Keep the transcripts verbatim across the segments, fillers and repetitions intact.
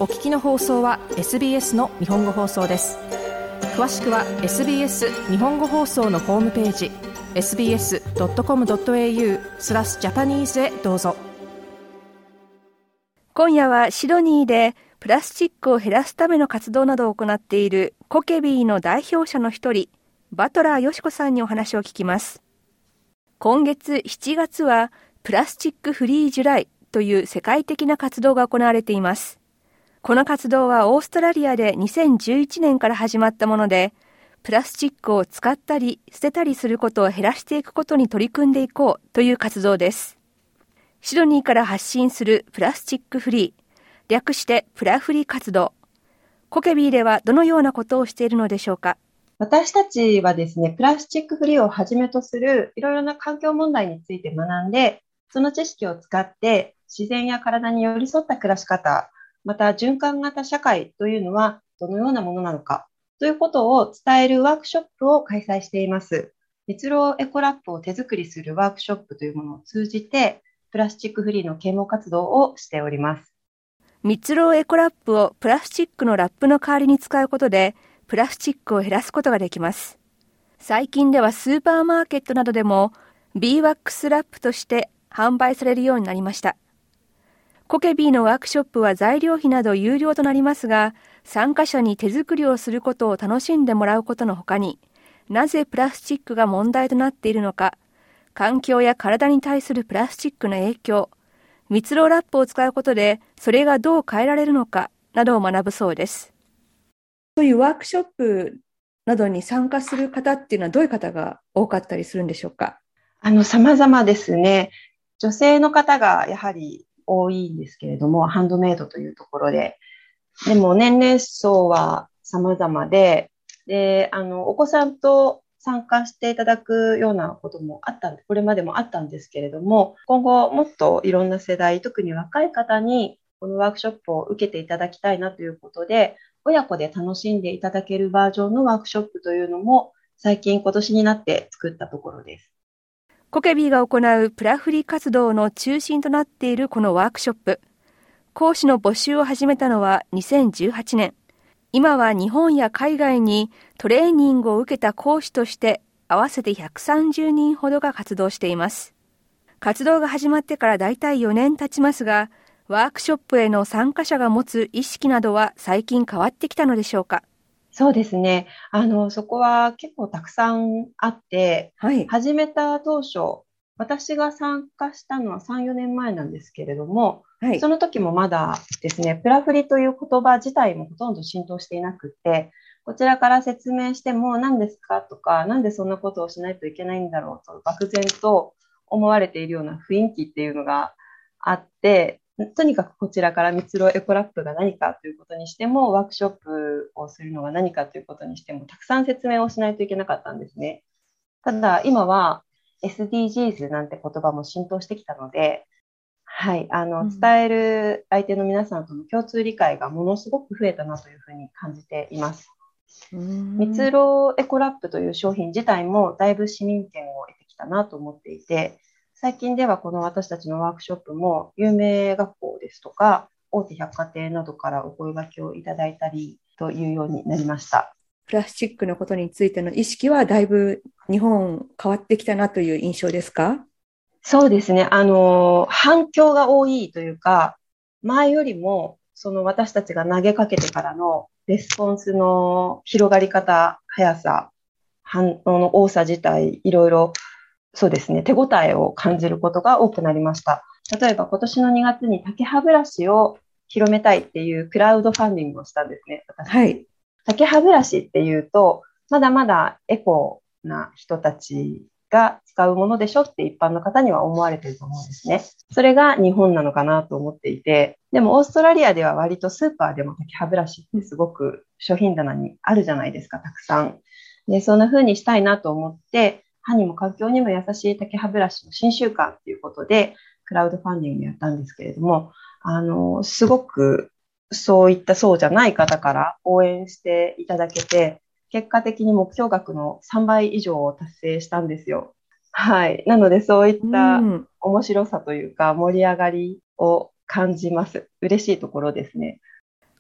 お聞きの放送は エスビーエス の日本語放送です。詳しくは エスビーエス 日本語放送のホームページ エスビーエスドットコムドットエーユー スラスジャパニーズへどうぞ。 今夜はシドニーでプラスチックを減らすための活動などを行っているコケビーの代表者の一人、バトラーよしこさんにお話を聞きます。今月しちがつはプラスチックフリージュライという世界的な活動が行われています。この活動はオーストラリアでにせんじゅういちねんから始まったもので、プラスチックを使ったり捨てたりすることを減らしていくことに取り組んでいこうという活動です。シドニーから発信するプラスチックフリー、略してプラフリー活動。コケビーではどのようなことをしているのでしょうか。 私たちはですね、プラスチックフリーをはじめとするいろいろな環境問題について学んで、その知識を使って自然や体に寄り添った暮らし方、また循環型社会というのはどのようなものなのかということを伝えるワークショップを開催しています。蜜蝋エコラップを手作りするワークショップというものを通じて、プラスチックフリーの啓蒙活動をしております。 蜜蝋エコラップをプラスチックのラップの代わりに使うことで、プラスチックを減らすことができます。最近ではスーパーマーケットなどでもビーワックスラップとして販売されるようになりました。コケビーのワークショップは材料費など有料となりますが、参加者に手作りをすることを楽しんでもらうことのほかに、なぜプラスチックが問題となっているのか、環境や体に対するプラスチックの影響、蜜蝋ラップを使うことでそれがどう変えられるのかなどを学ぶそうです。そういうワークショップなどに参加する方っていうのはどういう方が多かったりするんでしょうか。 あの、様々ですね。女性の方がやはり多いんですけれども、ハンドメイドというところで。でも年齢層は様々で、で、あの、お子さんと参加していただくようなこともあったんで、これまでもあったんですけれども、今後もっといろんな世代、特に若い方にこのワークショップを受けていただきたいなということで、親子で楽しんでいただけるバージョンのワークショップというのも最近今年になって作ったところです。 コケビーが行うプラフリー活動の中心となっているこのワークショップ。講師の募集を始めたのはにせんじゅうはちねん。今は日本や海外にトレーニングを受けた講師として合わせてひゃくさんじゅうにんほどが活動しています。活動が始まってからだいたいよねん経ちますが、ワークショップへの参加者が持つ意識などは最近変わってきたのでしょうか。 そうですね。あの、そこは結構たくさんあって、 はい、 始めた当初、私が参加したのはさん、よねんまえなんですけれども、 はい、 その時もまだですね、プラフリという言葉自体もほとんど浸透していなくて、こちらから説明しても何ですかとか、なんでそんなことをしないといけないんだろうと、漠然と思われているような雰囲気っていうのがあって、とにかくこちらから蜜蝋エコラップが何かということにしても、ワークショップをするのが何かということにしても、たくさん説明をしないといけなかったんですね。ただ、今は エスディージーズ なんて言葉も浸透してきたので、はい、あの、伝える相手の皆さんとの共通理解がものすごく増えたなというふうに感じています。蜜蝋エコラップという商品自体もだいぶ市民権を得てきたなと思っていて、最近ではこの私たちのワークショップも有名学校ですとか大手百貨店などからお声掛けをいただいたりというようになりました。 プラスチックのことについての意識はだいぶ日本変わってきたなという印象ですか？ そうですね。あの、反響が多いというか、前よりもその私たちが投げかけてからのレスポンスの広がり方、速さ、反応の多さ自体、いろいろそうですね、手応えを感じることが多くなりました。例えば今年のにがつに竹歯ブラシを広めたいっていうクラウドファンディングをしたんですね。私はい。 竹歯ブラシっていうと、まだまだエコな人たちが使うものでしょって一般の方には思われていると思うんですね。それが日本なのかなと思っていて、でもオーストラリアでは割とスーパーでも竹歯ブラシってすごく商品棚にあるじゃないですか、たくさん。で、そんな風にしたいなと思って、歯にも環境にも優しい竹歯ブラシの新習慣ということで、クラウドファンディングやったんですけれども、あの、すごくそういったそうじゃない方から応援していただけて、結果的に目標額のさんばい以上を達成したんですよ。はい。なのでそういった面白さというか盛り上がりを感じます。嬉しいところですね。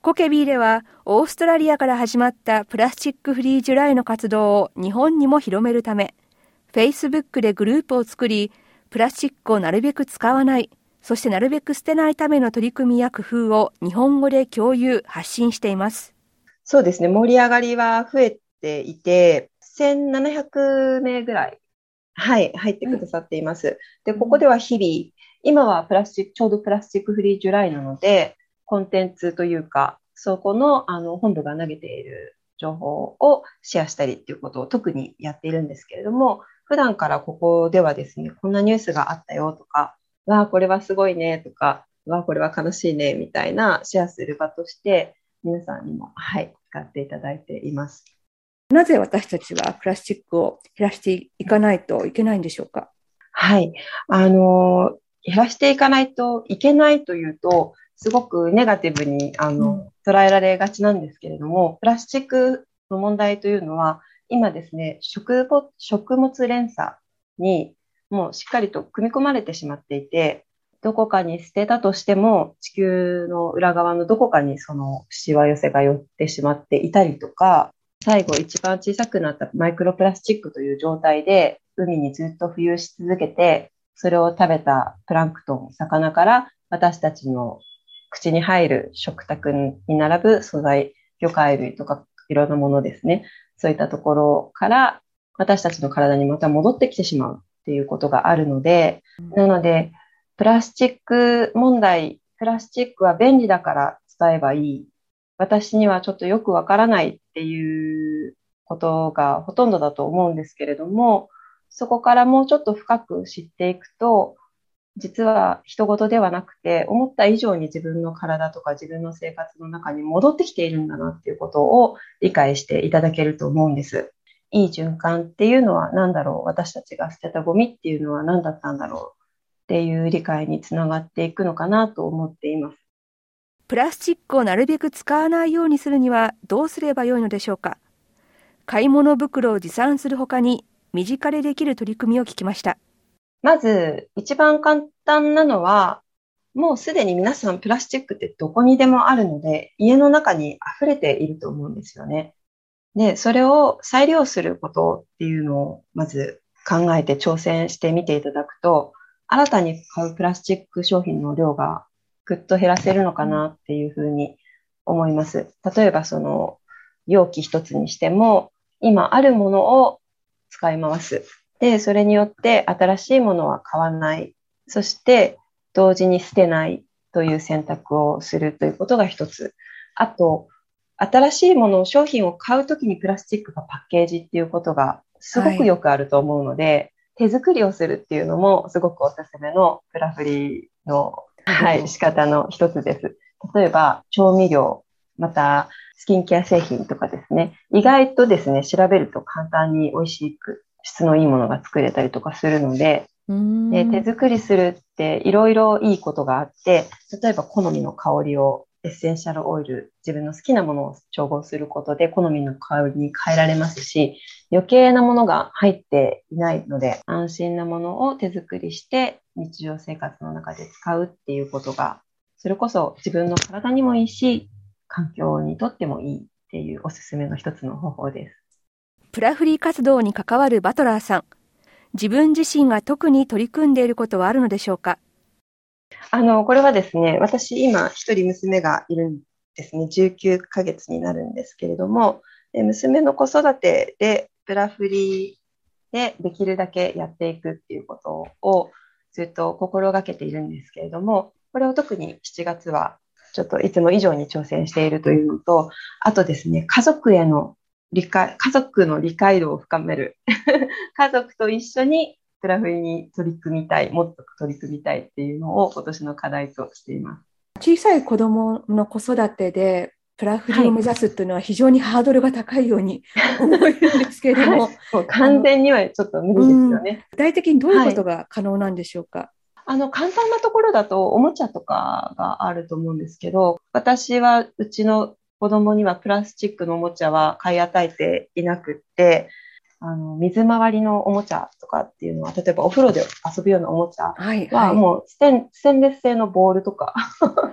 コケビーではオーストラリアから始まったプラスチックフリージュライの活動を日本にも広めるため、Facebook でグループを作り、プラスチックをなるべく使わない、そしてなるべく捨てないための取り組みや工夫を日本語で共有、発信しています。 そうですね。盛り上がりは増えていて、せんななひゃくめいぐらい、はい、入ってくださっています。で、ここでは日々、今はプラスチック、ちょうどプラスチックフリージュライなので、コンテンツというか、そこの、あの、本部が投げている情報をシェアしたりっていうことを特にやっているんですけれども、普段からここではですね、こんなニュースがあったよとか、わあ、これはすごいねとか、わあ、これは悲しいねみたいなシェアする場として、皆さんにも、はい、使っていただいています。 なぜ私たちはプラスチックを減らしていかないといけないんでしょうか？ はい。あの、減らしていかないといけないというと、すごくネガティブにあの、うん、捉えられがちなんですけれども、プラスチックの問題というのは、今ですね、食物、食物連鎖にもうしっかりと組み込まれてしまっていて、どこかに捨てたとしても、地球の裏側のどこかにそのしわ寄せが寄ってしまっていたりとか、最後一番小さくなったマイクロプラスチックという状態で海にずっと浮遊し続けて、それを食べたプランクトン、魚から私たちの口に入る食卓に並ぶ素材、魚介類とかいろんなものですね。そういったところから私たちの体にまた戻ってきてしまうっていうことがあるので、なので、プラスチック問題、プラスチックは便利だから使えばいい。私にはちょっとよくわからないっていうことがほとんどだと思うんですけれども、そこからもうちょっと深く知っていくと、実は人事ではなくて、思った以上に自分の体とか自分の生活の中に戻ってきているんだなっていうことを理解していただけると思うんです。いい循環っていうのは何だろう、私たちが捨てたゴミっていうのは何だったんだろうっていう理解につながっていくのかなと思っています。 プラスチックをなるべく使わないようにするにはどうすればよいのでしょうか？買い物袋を持参するほかに身近でできる取り組みを聞きました。 まず一番簡単なのは、もうすでに皆さんプラスチックってどこにでもあるので、家の中に溢れていると思うんですよね。で、それを再利用することっていうのをまず考えて挑戦してみていただくと、新たに買うプラスチック商品の量がぐっと減らせるのかなっていうふうに思います。例えばその容器一つにしても、今あるものを使い回す。で、それによって新しいものは買わない。そして同時に捨てないという選択をするということが一つ。あと、新しいものを、商品を買うときにプラスチックがパッケージっていうことがすごくよくあると思うので、はい、手作りをするっていうのもすごくおすすめのプラフリーの、はい、仕方の一つです。例えば、調味料、またスキンケア製品とかですね、意外とですね、調べると簡単に美味しく質のいいものが作れたりとかするので、で手作りするっていろいろいいことがあって、例えば好みの香りをエッセンシャルオイル、自分の好きなものを調合することで好みの香りに変えられますし、余計なものが入っていないので、安心なものを手作りして日常生活の中で使うっていうことが、それこそ自分の体にもいいし、環境にとってもいいっていうおすすめの一つの方法です。 プラフリー活動に関わるバトラーさん、自分自身が特に取り組んでいることはあるのでしょうか？ あの、これはですね、私今一人娘がいるんですね。じゅうきゅうかげつになるんですけれども、娘の子育てでプラフリーでできるだけやっていくっていうことをずっと心がけているんですけれども、これを特にしちがつはちょっといつも以上に挑戦しているというのと、あとですね、家族への理解、家族の理解度を深める。家族と一緒にプラフリーに取り組みたい、もっと取り組みたいっていうのを今年の課題としています。 小さい子供の子育てでプラフリーを目指すっていうのは非常にハードルが高いように思えるんですけれども。 もう完全にはちょっと無理ですよね。 具体的にどういうことが可能なんでしょうか？はい、 あの、簡単なところだとおもちゃとかがあると思うんですけど、私はうちの子供にはプラスチックのおもちゃは買い与えていなくって、あの、水回りのおもちゃとかっていうのは、例えばお風呂で遊ぶようなおもちゃはもうステン、ステンレス製のボールとか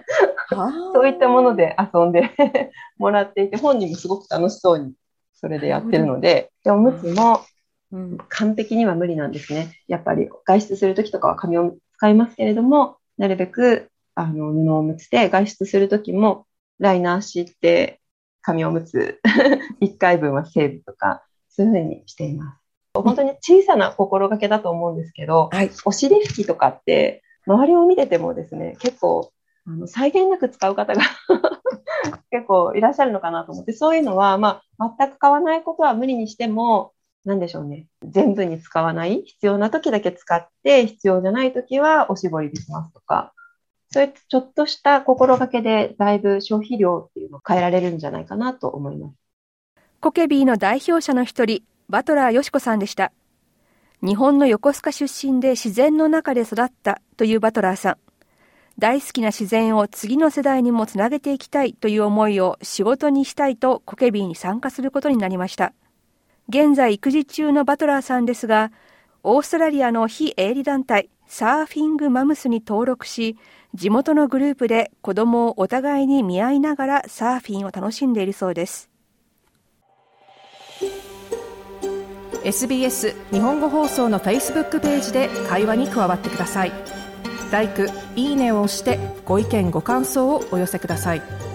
そういったもので遊んでもらっていて、本人もすごく楽しそうにそれでやってるので、でおむつも完璧には無理なんですね。やっぱり外出するときとかは紙を使いますけれども、なるべくあの布おむつで外出するときもライナー敷いて紙おむついっかいぶんはセーブとか、そういうふうにしています。本当に小さな心がけだと思うんですけど、はい、お尻拭きとかって周りを見ててもですね、結構あの際限なく使う方が結構いらっしゃるのかなと思って、そういうのは、まあ、全く買わないことは無理にしても、なんでしょうね、全部に使わない、必要な時だけ使って、必要じゃない時はおしぼりでしますとか、そういったちょっとした心がけでだいぶ消費量っていうのを変えられるんじゃないかなと思います。 コケビーの代表者の一人、バトラーよしこさんでした。日本の横須賀出身で自然の中で育ったというバトラーさん。大好きな自然を次の世代にもつなげていきたいという思いを仕事にしたいとコケビーに参加することになりました。現在育児中のバトラーさんですが、オーストラリアの非営利団体サーフィングマムスに登録し、地元のグループで子供をお互いに見合いながらサーフィンを楽しんでいるそうです。 エスビーエス 日本語放送の Facebook ページで会話に加わってください。ライク、いいねを押してご意見ご感想をお寄せください。